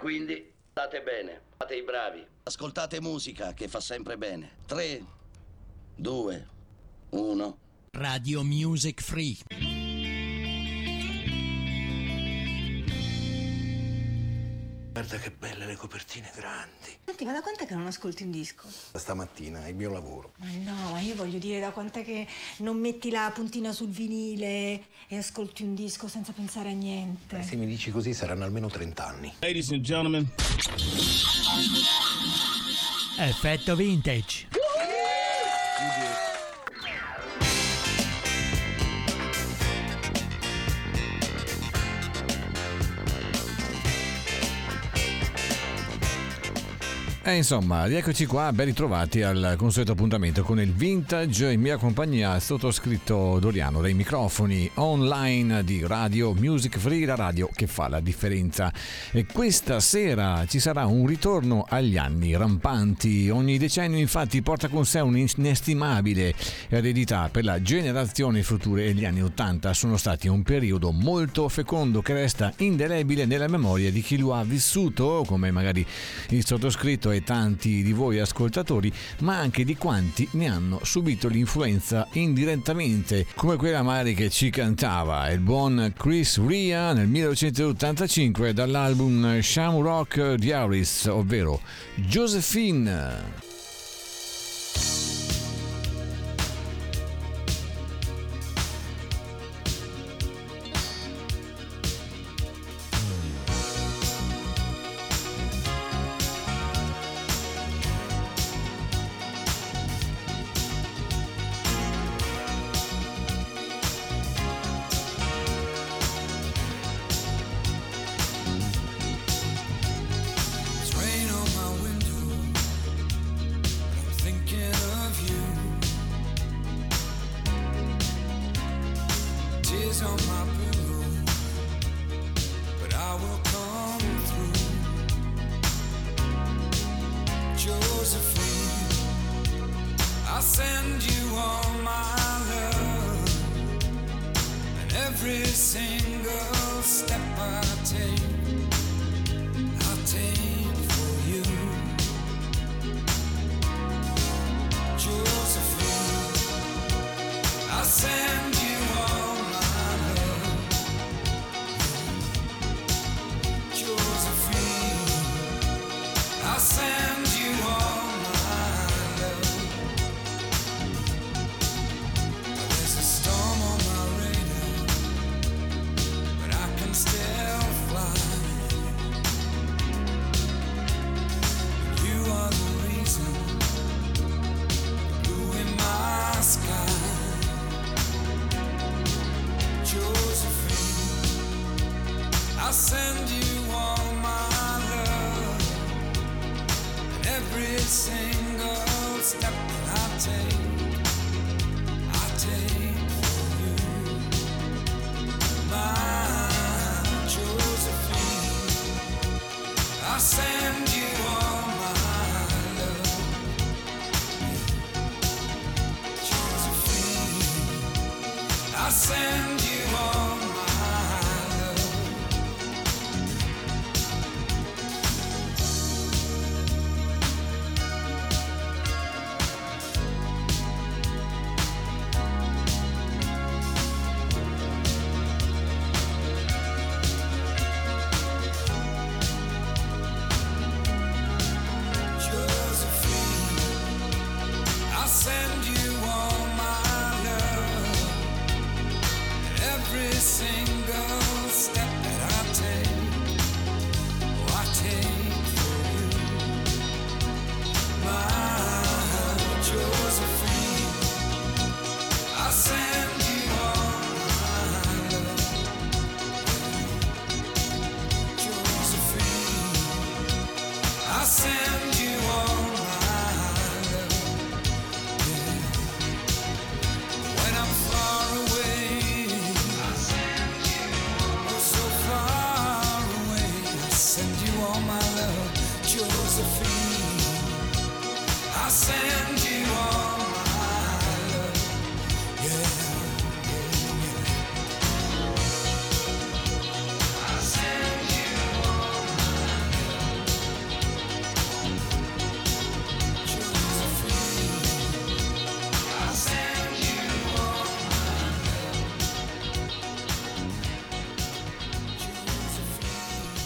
quindi state bene, fate i bravi. Ascoltate musica che fa sempre bene. 3, 2, 1. Radio Music Free. Guarda che belle le copertine grandi. Senti, ma da quant'è che non ascolti un disco? Da stamattina, è il mio lavoro. Ma no, ma io voglio dire, da quant'è che non metti la puntina sul vinile e ascolti un disco senza pensare a niente? Se mi dici così saranno almeno 30 anni. Ladies and gentlemen. Effetto vintage. E insomma, rieccoci qua, ben ritrovati al consueto appuntamento con il Vintage, in mia compagnia sottoscritto Doriano dai microfoni online di Radio Music Free, la radio che fa la differenza. E questa sera ci sarà un ritorno agli anni rampanti. Ogni decennio infatti porta con sé un'inestimabile eredità. Per la generazione future e gli anni 80 sono stati un periodo molto fecondo che resta indelebile nella memoria di chi lo ha vissuto, come magari il sottoscritto e tanti di voi ascoltatori, ma anche di quanti ne hanno subito l'influenza indirettamente, come quella magari che ci cantava il buon Chris Rea nel 1985 dall'album Shamrock Diaries, ovvero Josephine.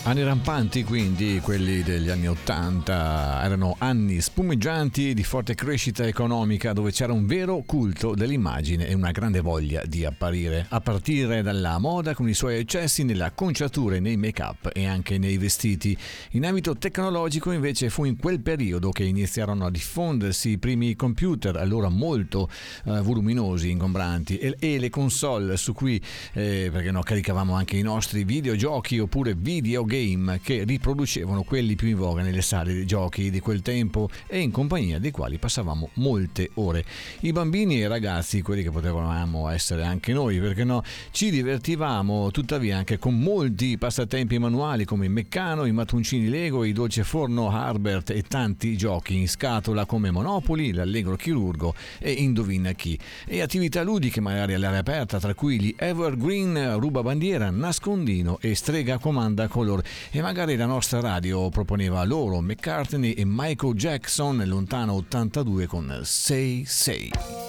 Anni rampanti, quindi quelli degli anni 80, erano anni spumeggianti di forte crescita economica, dove c'era un vero culto dell'immagine e una grande voglia di apparire, a partire dalla moda con i suoi eccessi nelle acconciature, nei make-up e anche nei vestiti. In ambito tecnologico invece fu in quel periodo che iniziarono a diffondersi i primi computer, allora molto voluminosi, ingombranti, e le console su cui perché no, caricavamo anche i nostri videogiochi oppure videogame che riproducevano quelli più in voga nelle sale dei giochi di quel tempo e in compagnia dei quali passavamo molte ore. I bambini e i ragazzi, quelli che potevamo essere anche noi, perché no, ci divertivamo tuttavia anche con molti passatempi manuali come il Meccano, i mattoncini Lego, i dolce forno Harbert e tanti giochi in scatola come Monopoli, l'Allegro Chirurgo e Indovina chi, e attività ludiche magari all'aria aperta, tra cui gli Evergreen, Ruba Bandiera, Nascondino e Strega Comanda Color. E magari la nostra radio proponeva loro McCartney e Michael Jackson nel lontano 82 con Say Say.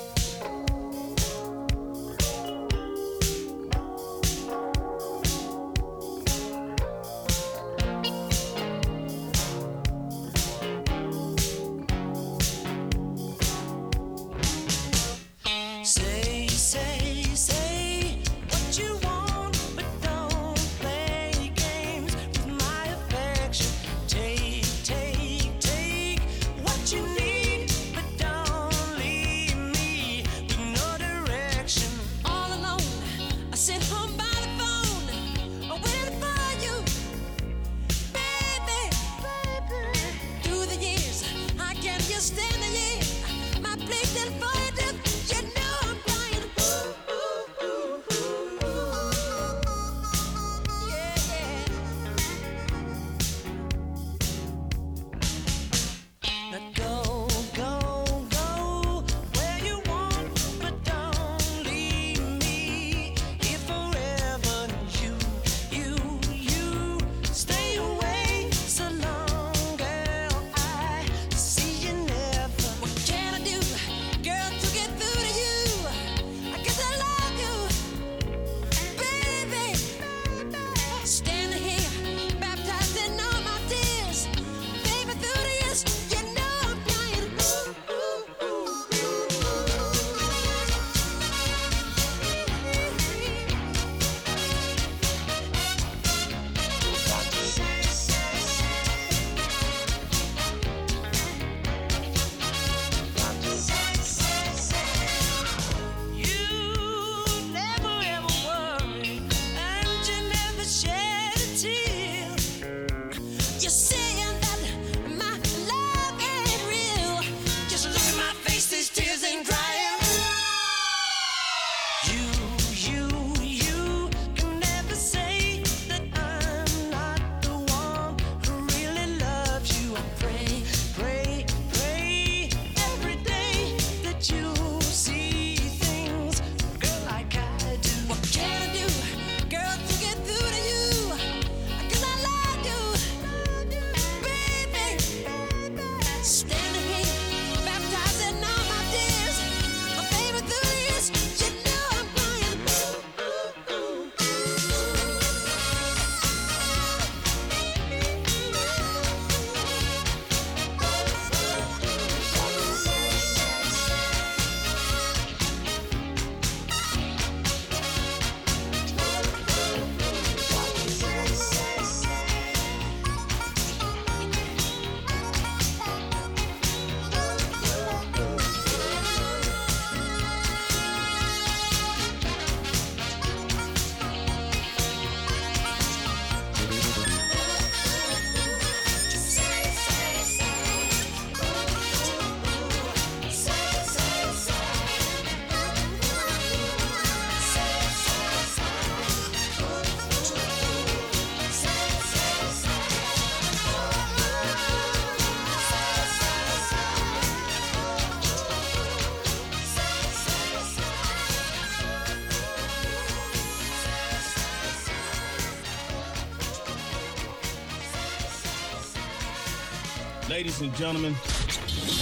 Ladies and gentlemen.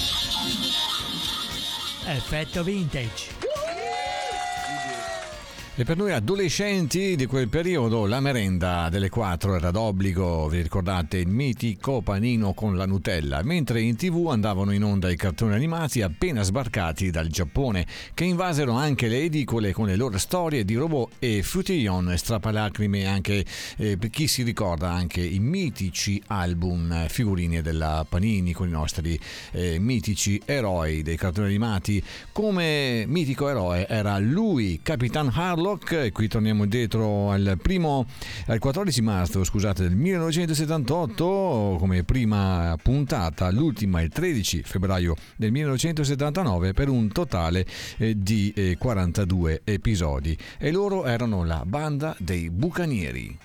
Effetto vintage. E per noi adolescenti di quel periodo la merenda delle 4 era d'obbligo, vi ricordate il mitico panino con la Nutella, mentre in TV andavano in onda i cartoni animati appena sbarcati dal Giappone, che invasero anche le edicole con le loro storie di robot e Frutillon, strappalacrime anche per chi si ricorda anche i mitici album figurine della Panini con i nostri mitici eroi dei cartoni animati. Come mitico eroe era lui, Capitan Harlock. E qui torniamo dietro al 14 marzo del 1978 come prima puntata, l'ultima il 13 febbraio del 1979 per un totale di 42 episodi, e loro erano la banda dei Bucanieri.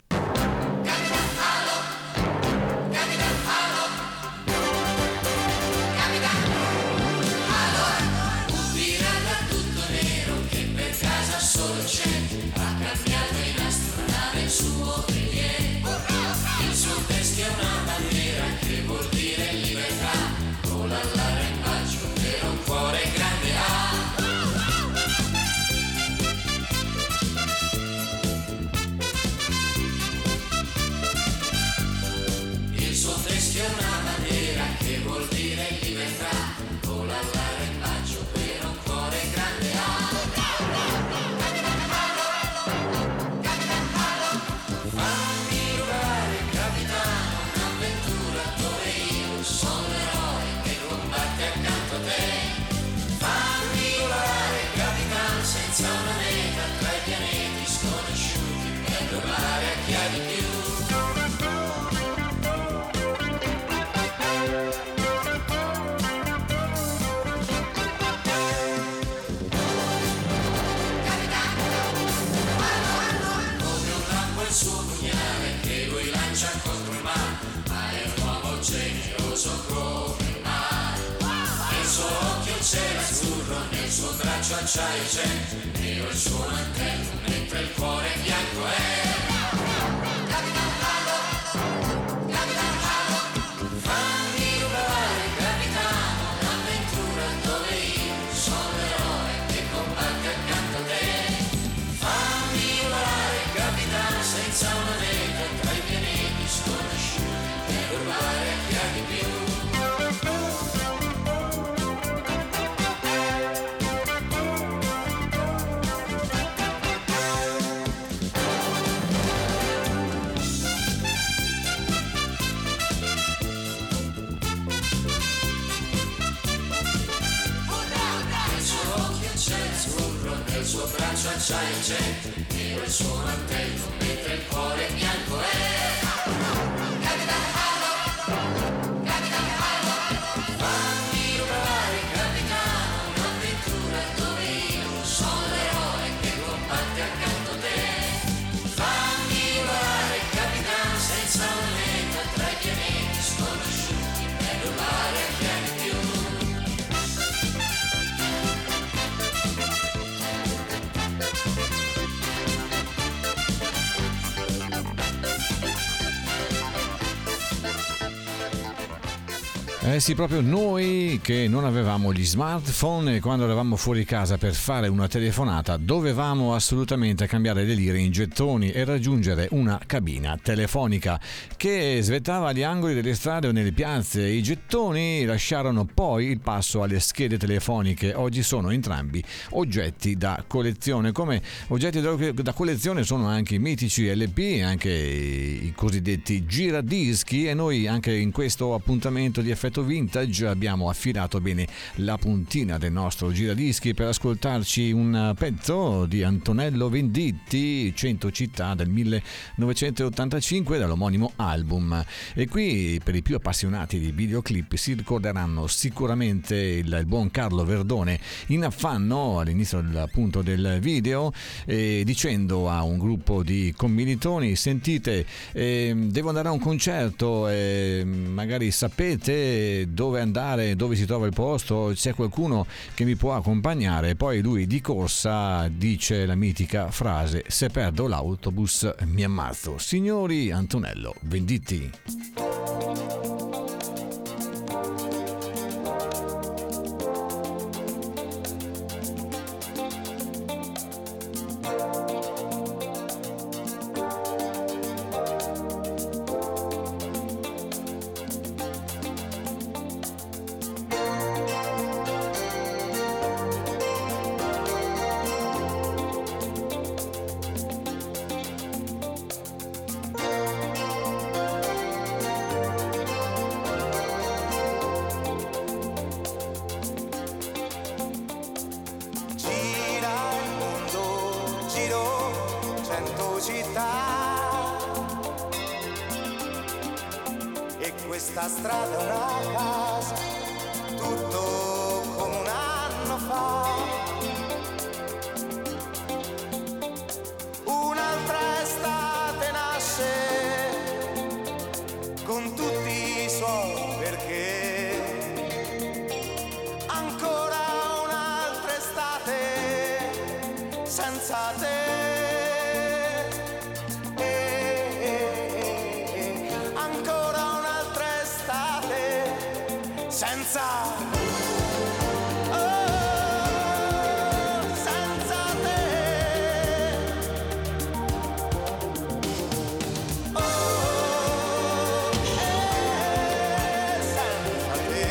Acciaio c'è, nero il suo mantello, mentre il cuore bianco è. Capitan Harlock, Capitan Harlock, fammi rubare, capitano, un'avventura dove io sono l'eroe che combatte accanto a te. Fammi rubare, capitano, senza una meta tra i pianeti sconosciuti, per rubare a chi ha di più. Acciaio c'è, nero il suo mantello, mentre il cuore bianco è. Capitan Harlock, Capitan Harlock, fammi rubare, capitano, un'avventura dove io sono l'eroe che combatte accanto a te. Fammi rubare, capitano, senza una meta tra i pianeti sconosciuti, per rubare a chi ha di più. Sì, proprio noi che non avevamo gli smartphone e quando eravamo fuori casa per fare una telefonata dovevamo assolutamente cambiare le lire in gettoni e raggiungere una cabina telefonica che svettava agli angoli delle strade o nelle piazze. I gettoni lasciarono poi il passo alle schede telefoniche. Oggi sono entrambi oggetti da collezione. Come oggetti da collezione sono anche i mitici LP, anche i cosiddetti giradischi, e noi anche in questo appuntamento di Effetto Vintage abbiamo affilato bene la puntina del nostro giradischi per ascoltarci un pezzo di Antonello Venditti, 100 città del 1985 dall'omonimo album. E qui per i più appassionati di videoclip si ricorderanno sicuramente il buon Carlo Verdone in affanno all'inizio appunto del video dicendo a un gruppo di commilitoni: sentite, devo andare a un concerto, magari sapete dove andare, dove si trova il posto, c'è qualcuno che mi può accompagnare? Poi lui di corsa dice la mitica frase: se perdo l'autobus mi ammazzo. Signori, Antonello Venditti. questa strada è una casa, tutto come un anno fa. Un'altra estate nasce con tutti i suoi perché. Ancora un'altra estate senza te. Ancora un'altra estate senza senza te. Senza te.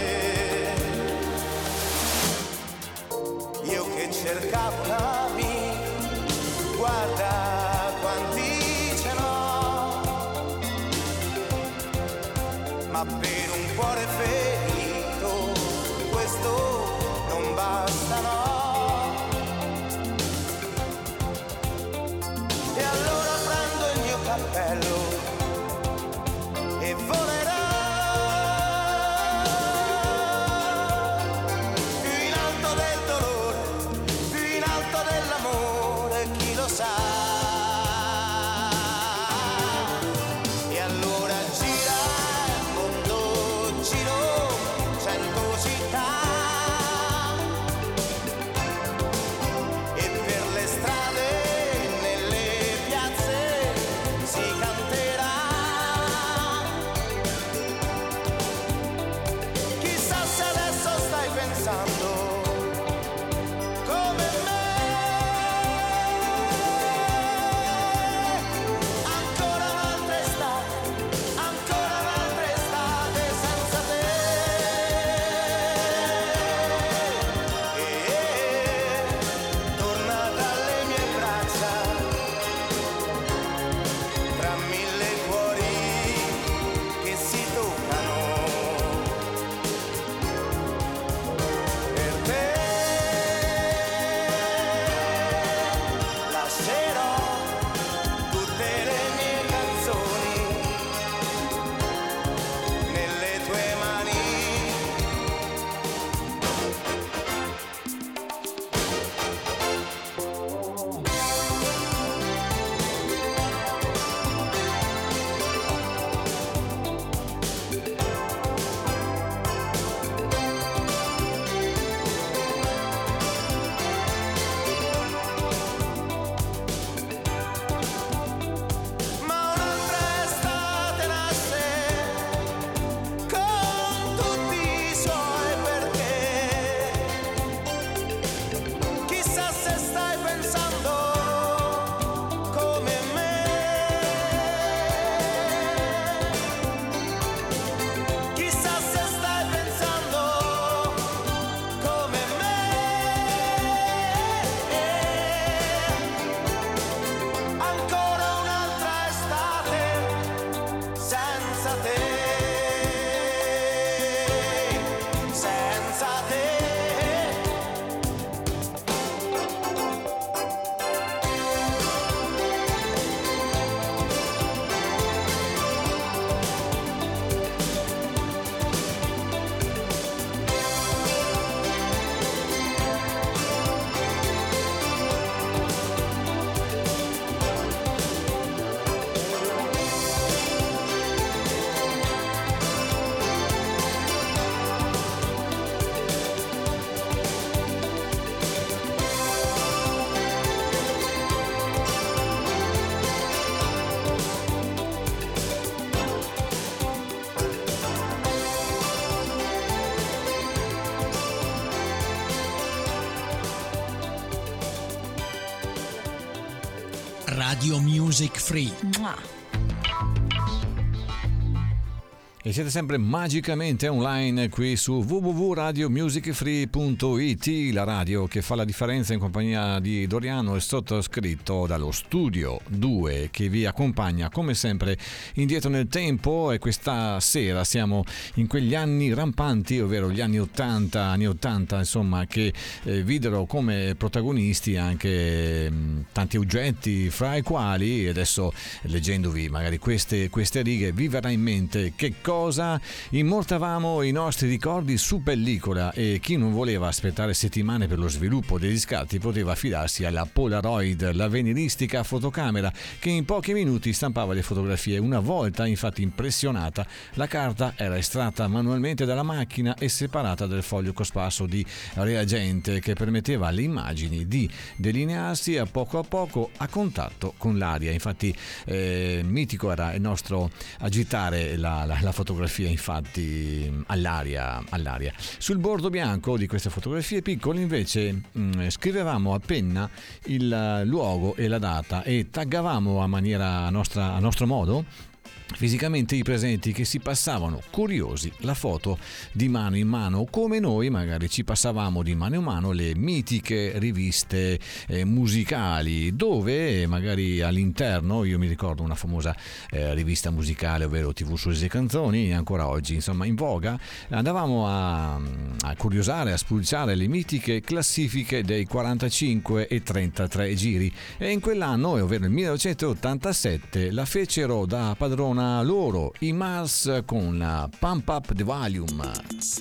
Io che cercavo un'amica, guarda quanti ce n'ho, ma per un cuore ferito questo non basta, no. E allora prendo il mio cappello e volerò più in alto del dolore, più in alto dell'amore, chi lo sa. E allora gira il mondo, giro 100 città, e per le strade, nelle piazze si canterà. Chissà se adesso stai pensando come me. Ancora un'altra estate senza te. Torna dalle mie braccia, tra mille cuori che si toccano. Per te lascerò tutte le mie canzoni nelle tue mani. Ma un'altra estate nasce con tutti i suoi perché. Chissà se stai pensando come me. Chissà se stai pensando come me. Ancora un'altra estate senza te, senza te. Radio Music Free. E siete sempre magicamente online qui su www.radiomusicfree.it, la radio che fa la differenza, in compagnia di Doriano e sottoscritto dallo studio 2 che vi accompagna come sempre indietro nel tempo. E questa sera siamo in quegli anni rampanti, ovvero gli anni 80 insomma, che videro come protagonisti anche tanti oggetti, fra i quali, adesso leggendovi magari queste righe vi verrà in mente che cosa cosa? Immortavamo i nostri ricordi su pellicola e chi non voleva aspettare settimane per lo sviluppo degli scatti poteva affidarsi alla Polaroid, la venilistica fotocamera che in pochi minuti stampava le fotografie. Una volta infatti impressionata, la carta era estratta manualmente dalla macchina e separata dal foglio cosparso di reagente che permetteva alle immagini di delinearsi a poco a contatto con l'aria. Infatti mitico era il nostro agitare la fotografia infatti all'aria. Sul bordo bianco di queste fotografie piccole invece scrivevamo a penna il luogo e la data e taggavamo a nostro modo fisicamente i presenti che si passavano curiosi la foto di mano in mano, come noi magari ci passavamo di mano in mano le mitiche riviste musicali, dove magari all'interno, io mi ricordo una famosa rivista musicale, ovvero TV sulle canzoni, ancora oggi insomma in voga, andavamo a curiosare, a spulciare le mitiche classifiche dei 45 e 33 giri, e in quell'anno, ovvero il 1987, la fecero da padrona loro, i Mars, con la Pump Up the Volume. That's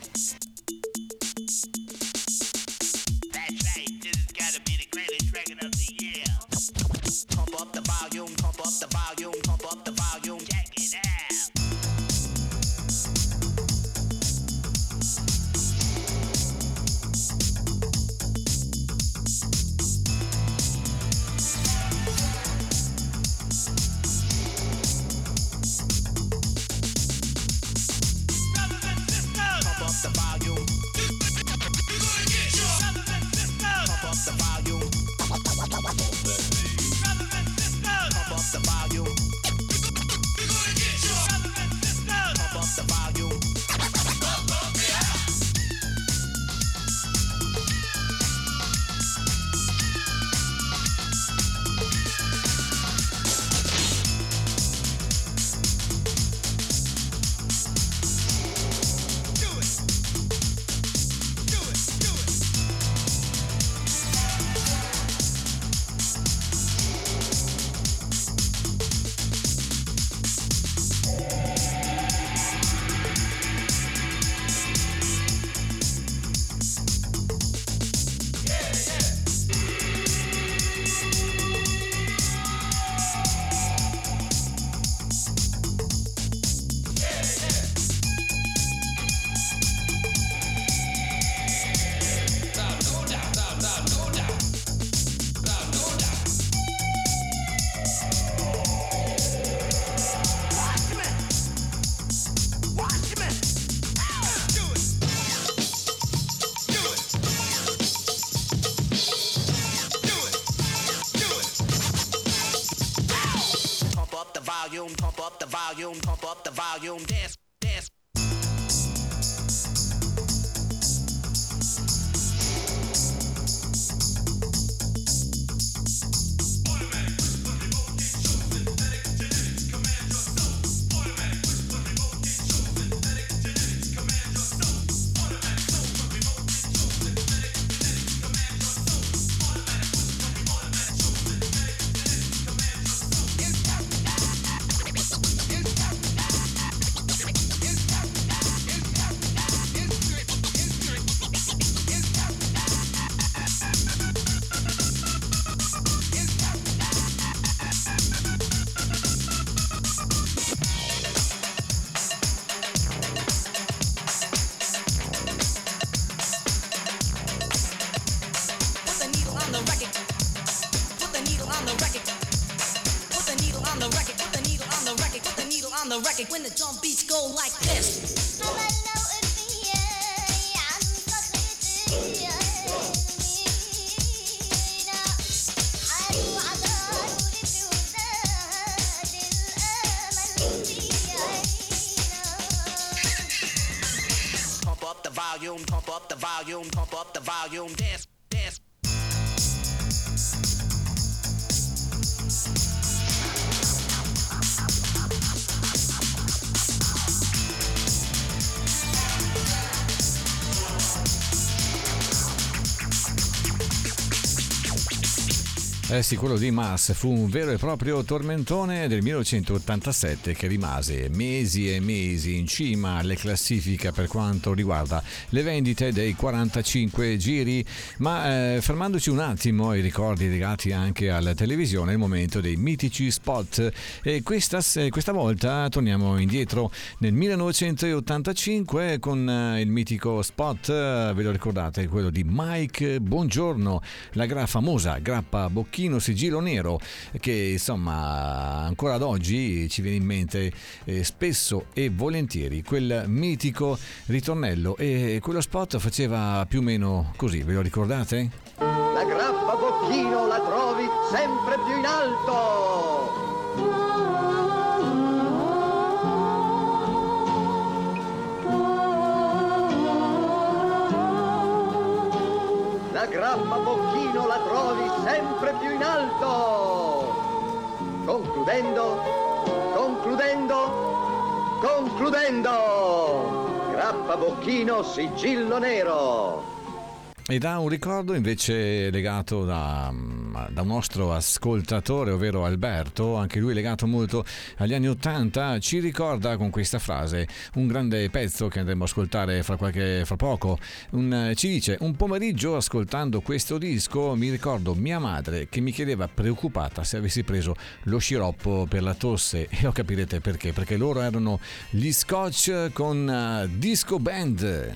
right, this has got to be the greatest record of the year. Pump up the volume, pump up the volume, pump up the volume, check it out. Pump up the volume, pump up the volume, dance, dance. When the drum beats go like this. Pump up the volume, pump up the volume, pump up the volume, dance, dance. Sì, quello di Mars fu un vero e proprio tormentone del 1987 che rimase mesi e mesi in cima alle classifiche per quanto riguarda le vendite dei 45 giri, ma fermandoci un attimo ai ricordi legati anche alla televisione, è il momento dei mitici spot, e questa volta torniamo indietro nel 1985 con il mitico spot, ve lo ricordate, quello di Mike Bongiorno, la famosa grappa bocchino sigillo nero, che insomma ancora ad oggi ci viene in mente spesso e volentieri quel mitico ritornello, e quello spot faceva più o meno così, ve lo ricordate? La grappa bocchino la trovi sempre più in alto. La grappa bocchino la trovi sempre più in alto. Concludendo. Grappa bocchino sigillo nero. E da un ricordo invece legato da un nostro ascoltatore, ovvero Alberto, anche lui legato molto agli anni '80, ci ricorda con questa frase un grande pezzo che andremo a ascoltare fra poco. Ci dice: un pomeriggio ascoltando questo disco mi ricordo mia madre che mi chiedeva preoccupata se avessi preso lo sciroppo per la tosse, e lo capirete perché loro erano gli Scotch con Disco Band.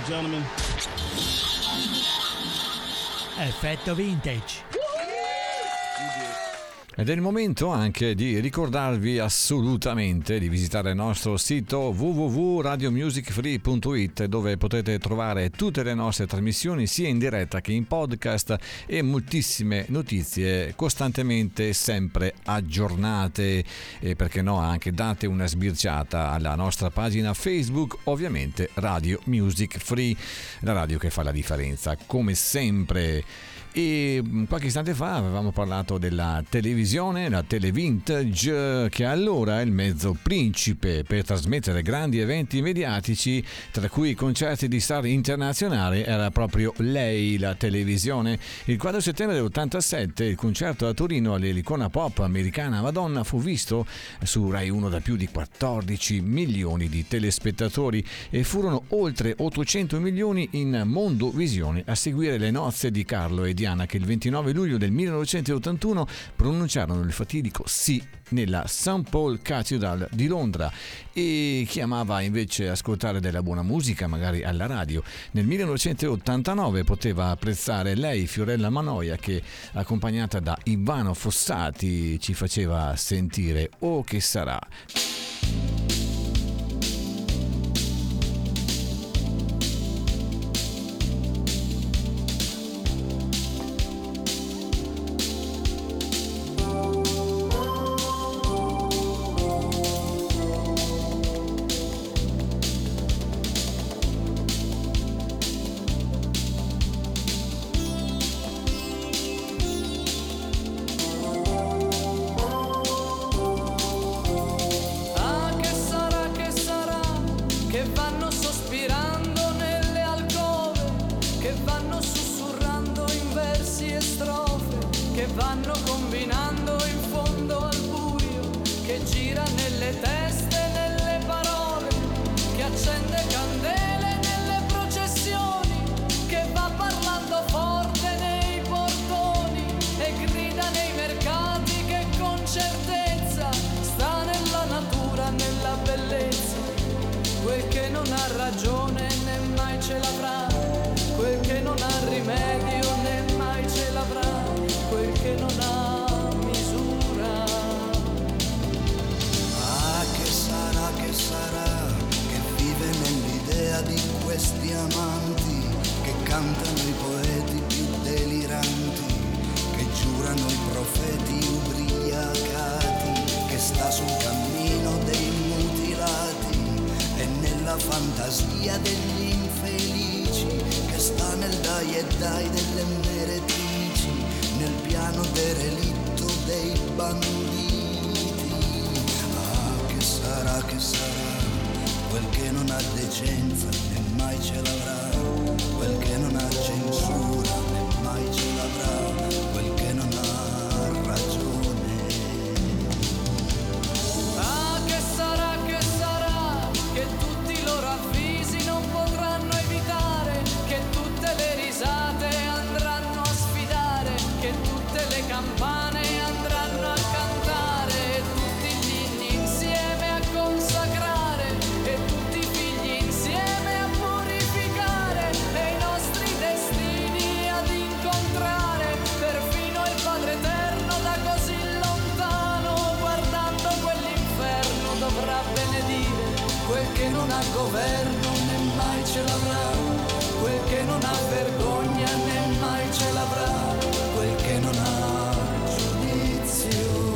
gentlemen. Effetto vintage. Ed è il momento anche di ricordarvi assolutamente di visitare il nostro sito www.radiomusicfree.it, dove potete trovare tutte le nostre trasmissioni sia in diretta che in podcast e moltissime notizie costantemente sempre aggiornate, e perché no anche date una sbirciata alla nostra pagina Facebook, ovviamente Radio Music Free, la radio che fa la differenza come sempre. E qualche istante fa avevamo parlato della televisione, la televintage, che allora è il mezzo principe per trasmettere grandi eventi mediatici, tra cui concerti di star internazionali. Era proprio lei, la televisione. Il 4 settembre dell'87 il concerto a Torino all'icona pop americana Madonna fu visto su Rai 1 da più di 14 milioni di telespettatori e furono oltre 800 milioni in Mondovisione a seguire le nozze di Carlo e Diana, che il 29 luglio del 1981 pronunciarono il fatidico sì nella St. Paul Cathedral di Londra. E chi amava invece ascoltare della buona musica, magari alla radio, nel 1989 poteva apprezzare lei, Fiorella Mannoia, che accompagnata da Ivano Fossati ci faceva sentire "Oh che sarà". Questi amanti che cantano i poeti più deliranti, che giurano i profeti ubriacati, che sta sul cammino dei mutilati e nella fantasia degli infelici, che sta nel dai e dai delle meretrici, nel piano derelitto dei banditi. Ah, che sarà quel che non ha decenza né mai ce l'avrà, quel che non ha censura né mai ce l'avrà, quel che non ha ragione. Ah, che sarà, che tutti i loro avvisi non potranno evitare, che tutte le risate andranno a sfidare, che tutte le campane andranno a cantare, tutti gli inni insieme a consacrare, e tutti i figli insieme a purificare, e i nostri destini ad incontrare, perfino il Padre Eterno da così lontano, guardando quell'inferno dovrà benedire, quel che non ha governo né mai ce l'avrà, quel che non ha vergogna né mai ce l'avrà, quel che non ha giudizio.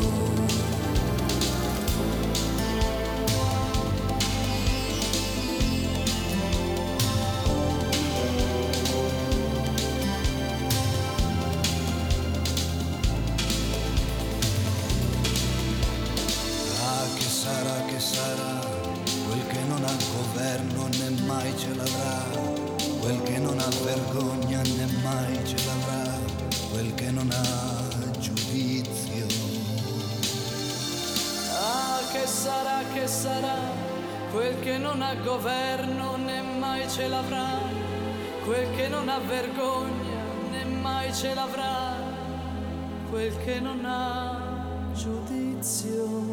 Che sarà, quel che non ha governo né mai ce l'avrà, quel che non ha vergogna né mai ce l'avrà, quel che non ha giudizio. Ah, che sarà, quel che non ha governo né mai ce l'avrà, quel che non ha vergogna né mai ce l'avrà, quel che non ha giudizio.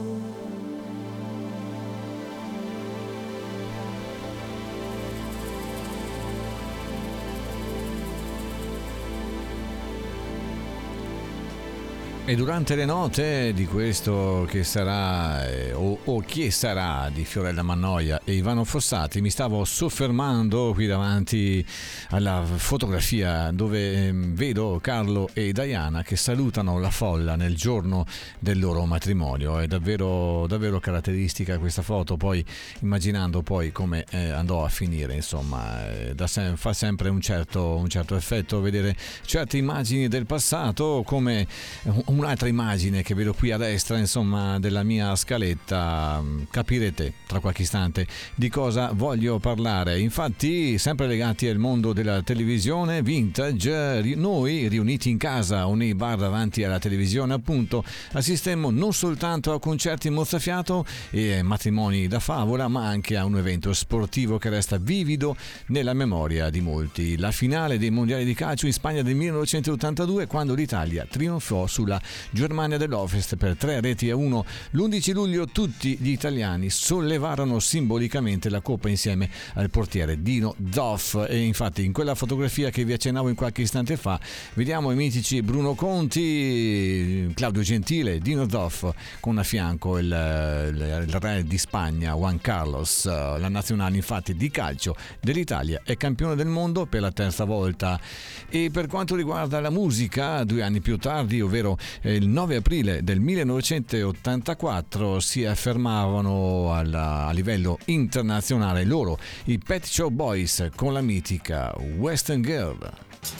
E durante le note di questo che sarà o chi sarà di Fiorella Mannoia e Ivano Fossati, mi stavo soffermando qui davanti alla fotografia dove vedo Carlo e Diana che salutano la folla nel giorno del loro matrimonio. È davvero caratteristica questa foto, poi immaginando poi come andò a finire, insomma, fa sempre un certo effetto vedere certe immagini del passato, come un'altra immagine che vedo qui a destra, insomma, della mia scaletta. Capirete tra qualche istante di cosa voglio parlare. Infatti, sempre legati al mondo della televisione vintage, noi riuniti in casa o nei bar davanti alla televisione, appunto, assistemmo non soltanto a concerti mozzafiato e matrimoni da favola, ma anche a un evento sportivo che resta vivido nella memoria di molti: la finale dei mondiali di calcio in Spagna del 1982, quando l'Italia trionfò sulla Germania dell'Ovest per 3-1. L'11 luglio tutti gli italiani sollevarono simbolicamente la coppa insieme al portiere Dino Zoff, e infatti in quella fotografia che vi accennavo in qualche istante fa vediamo i mitici Bruno Conti, Claudio Gentile, Dino Zoff con a fianco il re di Spagna Juan Carlos. La nazionale infatti di calcio dell'Italia è campione del mondo per la terza volta. E per quanto riguarda la musica, 2 anni più tardi, ovvero il 9 aprile del 1984, si affermavano a livello internazionale loro, i Pet Shop Boys, con la mitica Western Girl.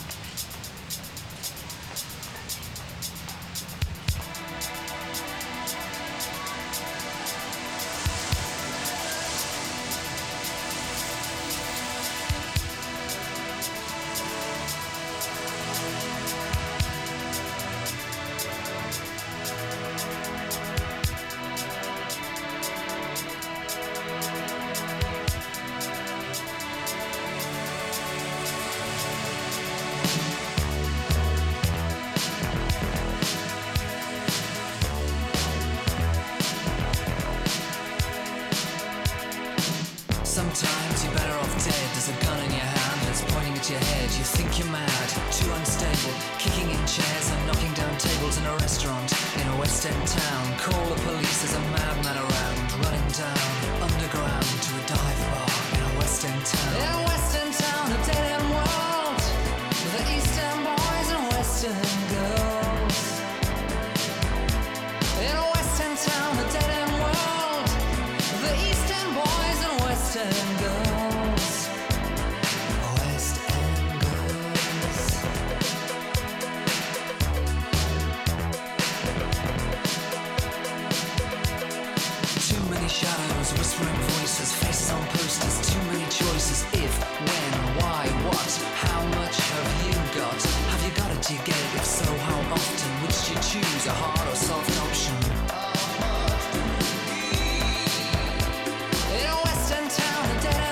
Sometimes you're better off dead. There's a gun in your hand that's pointing at your head. You think you're mad, too unstable, kicking in chairs and knocking down tables in a restaurant in a West End town. Call the police, there's a madman around, running down underground to a dive bar in a West End town. In a West End town, a dead end world, the East End boys and West End girls. In a West End town, a dead end world, the East End boys and West End girls. West End girls. Too many shadows, whispering voices, faces on posters, too many choices. If, when, why, what, how much have you got? Have you got it, do you get it? If so, how often? Which do you choose, a hard or soft option? In a West End town, a dead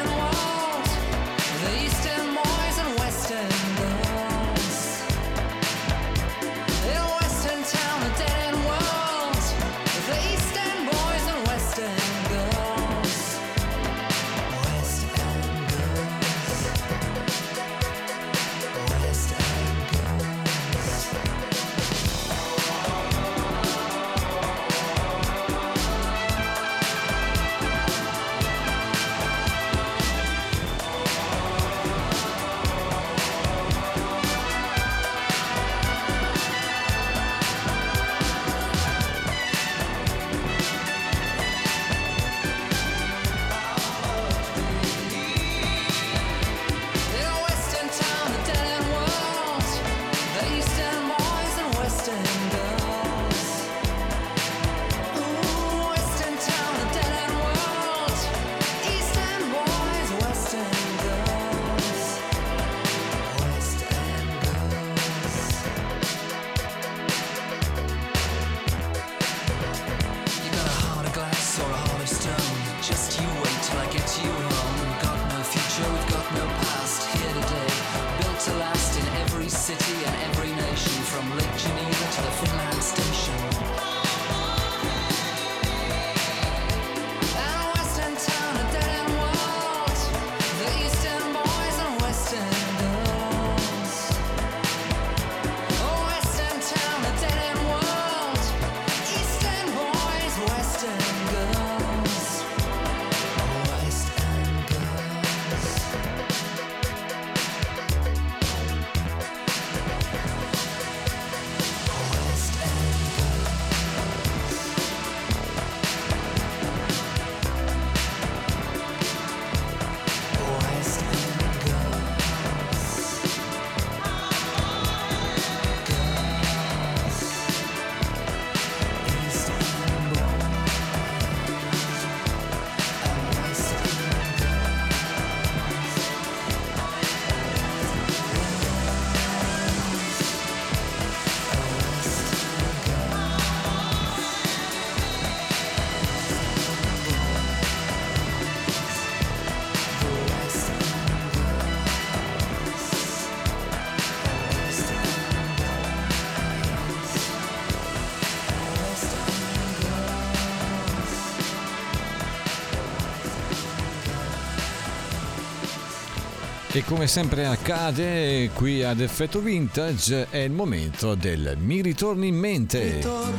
E come sempre accade qui ad Effetto Vintage è il momento del Mi ritorni in mente.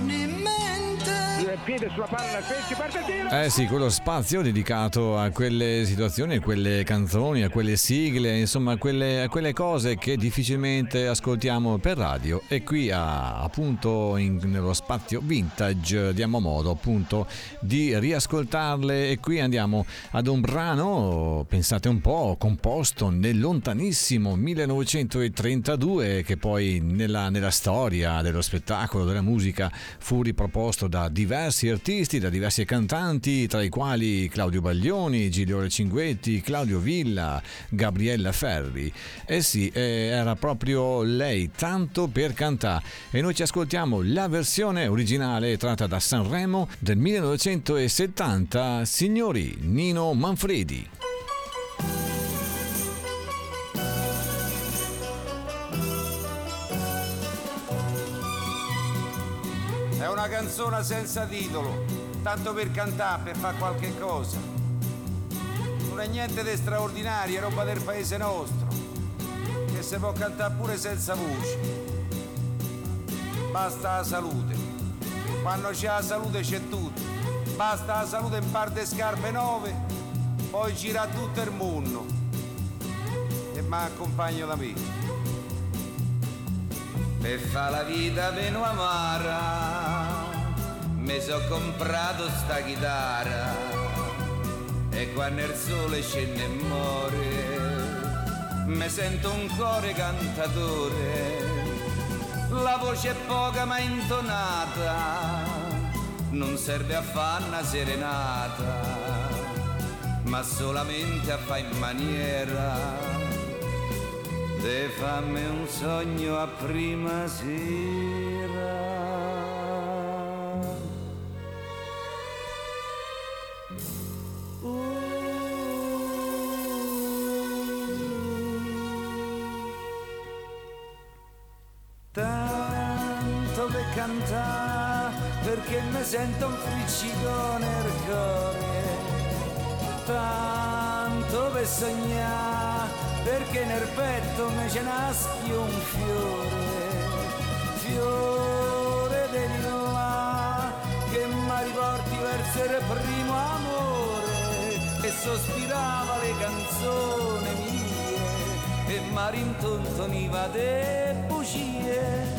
Piede sulla palla, ci parte il tiro. Sì, quello spazio dedicato a quelle situazioni, a quelle canzoni, a quelle sigle, insomma a quelle cose che difficilmente ascoltiamo per radio, e qui appunto nello spazio vintage diamo modo appunto di riascoltarle. E qui andiamo ad un brano, pensate un po', composto nel lontanissimo 1932, che poi nella storia dello spettacolo, della musica, fu riproposto da diversi artisti, da diversi cantanti, tra i quali Claudio Baglioni, Giglio Cinguetti, Claudio Villa, Gabriella Ferri. Sì, era proprio lei, Tanto per cantà. E noi ci ascoltiamo la versione originale tratta da Sanremo del 1970, signori, Nino Manfredi. È una canzone senza titolo, tanto per cantare, per fare qualche cosa. Non è niente di straordinario, è roba del paese nostro, che si può cantare pure senza voce. Basta la salute, quando c'è la salute c'è tutto. Basta la salute, in par de scarpe nuove, poi gira tutto il mondo. E mi accompagno da me. Per fa la vita meno amara, mi so comprato sta chitarra, e quando il sole scende e muore, mi sento un cuore cantatore. La voce è poca ma intonata, non serve a fare una serenata, ma solamente a fare in maniera de fammi un sogno a prima sera. Tanto per cantare, perché mi sento un friccico nel cuore. Tanto per sognare, perché nel petto me ce naschi un fiore di là, che mi riporti verso il primo amore, che sospirava le canzoni mie e mi rintontoniva de bugie.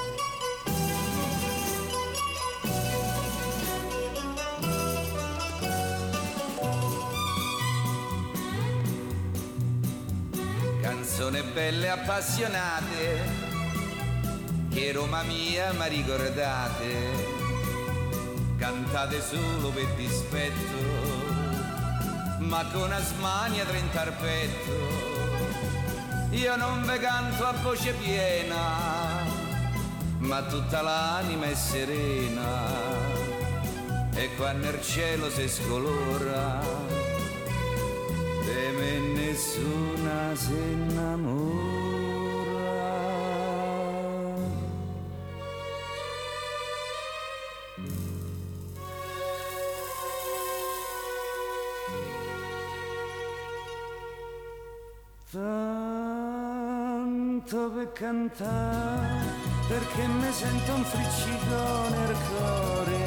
Canzoni belle appassionate, che Roma mia mi ricordate, cantate solo per dispetto, ma con una smania trentarpetto. Io non ve canto a voce piena, ma tutta l'anima è serena, e quando il cielo si scolora, de me nessuna si innamora. Tanto per cantare, perché mi sento un friccico nel cuore.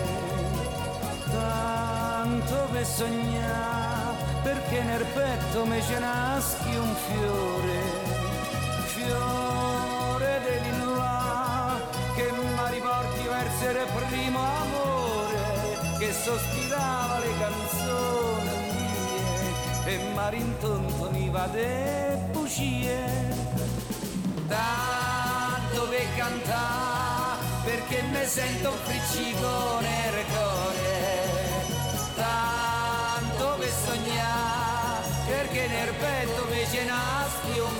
Tanto per sognare, perché nel petto me ce naschi un fiore di là, che mi riporti verso il primo amore, che sospirava le canzoni mie e mi rintontoniva de bugie. Tanto per cantare, perché mi sento un friccico nel cuore. Tanto per sognare, perché nel petto mi ce naschi un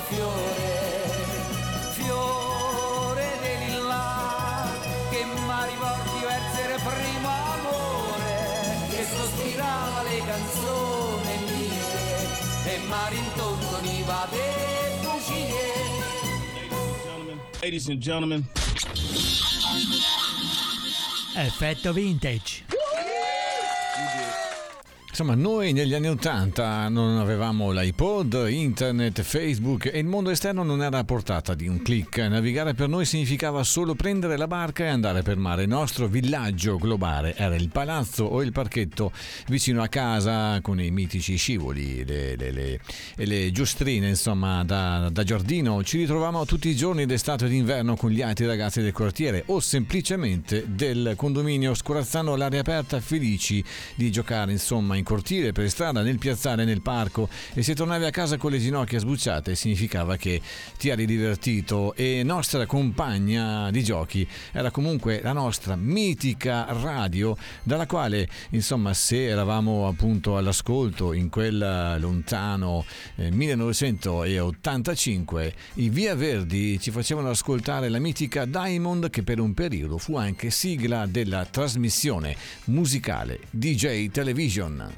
fiore di lilla, che mi riporti verso il primo amore, che sospirava le canzoni mie e mi rintontoniva de bugie. Ladies and gentlemen. Effetto Vintage. Insomma, noi negli anni 80 non avevamo l'iPod, internet, Facebook e il mondo esterno non era a portata di un click. Navigare per noi significava solo prendere la barca e andare per mare. Il nostro villaggio globale era il palazzo o il parchetto vicino a casa con i mitici scivoli e le giostrine, insomma, da giardino. Ci ritrovavamo tutti i giorni d'estate e d'inverno con gli altri ragazzi del quartiere o semplicemente del condominio, scorazzando all'aria aperta, felici di giocare, insomma, in cortile, per strada, nel piazzale, nel parco. E se tornavi a casa con le ginocchia sbucciate significava che ti eri divertito. E nostra compagna di giochi era comunque la nostra mitica radio, dalla quale, insomma, se eravamo appunto all'ascolto in quel lontano 1985, i Via Verdi ci facevano ascoltare la mitica Diamond, che per un periodo fu anche sigla della trasmissione musicale DJ Television.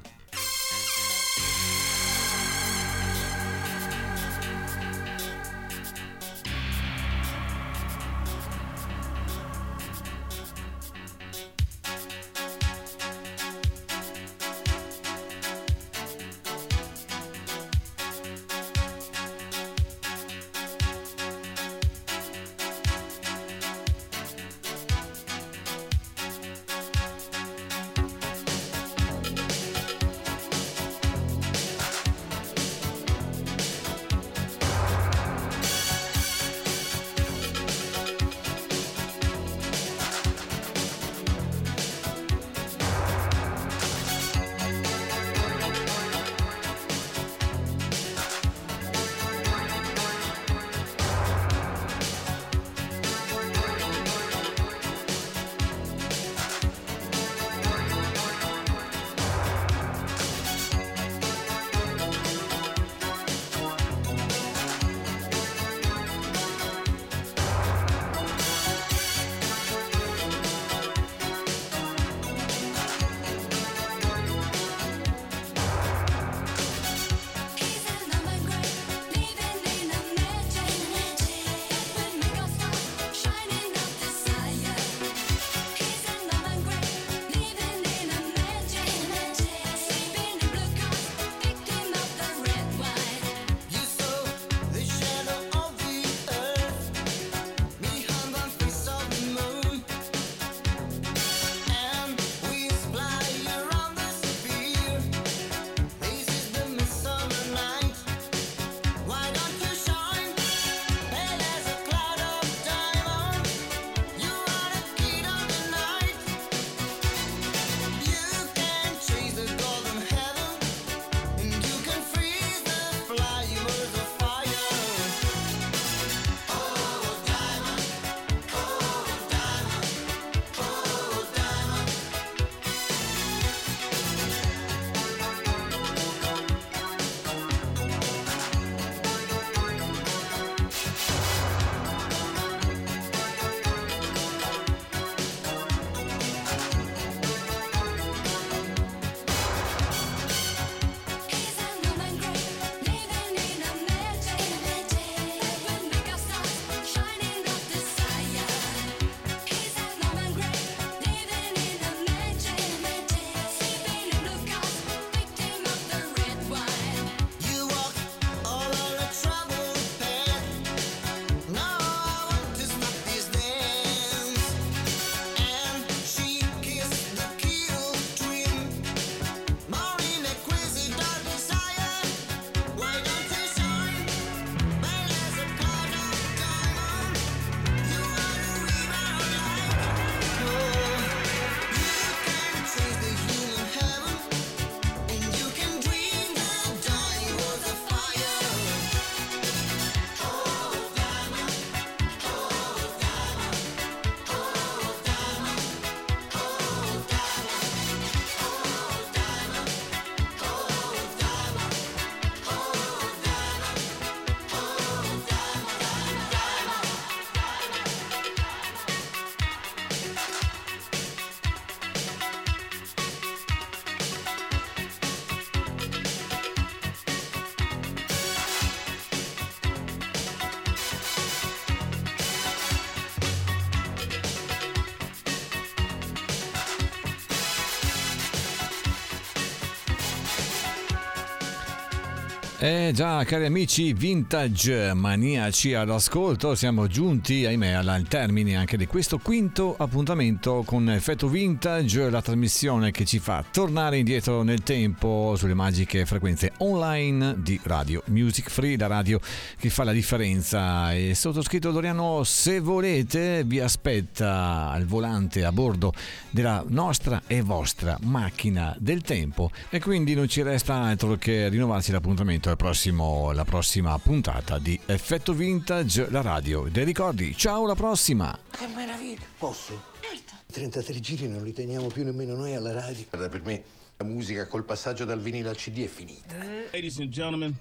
Già, cari amici vintage maniaci all'ascolto, siamo giunti, ahimè, al termine anche di questo quinto appuntamento con Effetto Vintage, la trasmissione che ci fa tornare indietro nel tempo sulle magiche frequenze online di Radio Music Free, la radio che fa la differenza. E sottoscritto Doriano, se volete, vi aspetta al volante a bordo della nostra e vostra macchina del tempo, e quindi non ci resta altro che rinnovarsi l'appuntamento la prossima puntata di Effetto Vintage, la radio dei ricordi. Ciao, alla prossima. Che meraviglia. Posso? Certo. 33 giri non li teniamo più nemmeno noi alla radio. Guarda, per me la musica col passaggio dal vinile al CD è finita. Ladies and gentlemen.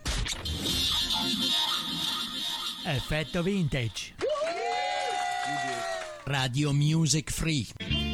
Effetto Vintage. Radio Music Free.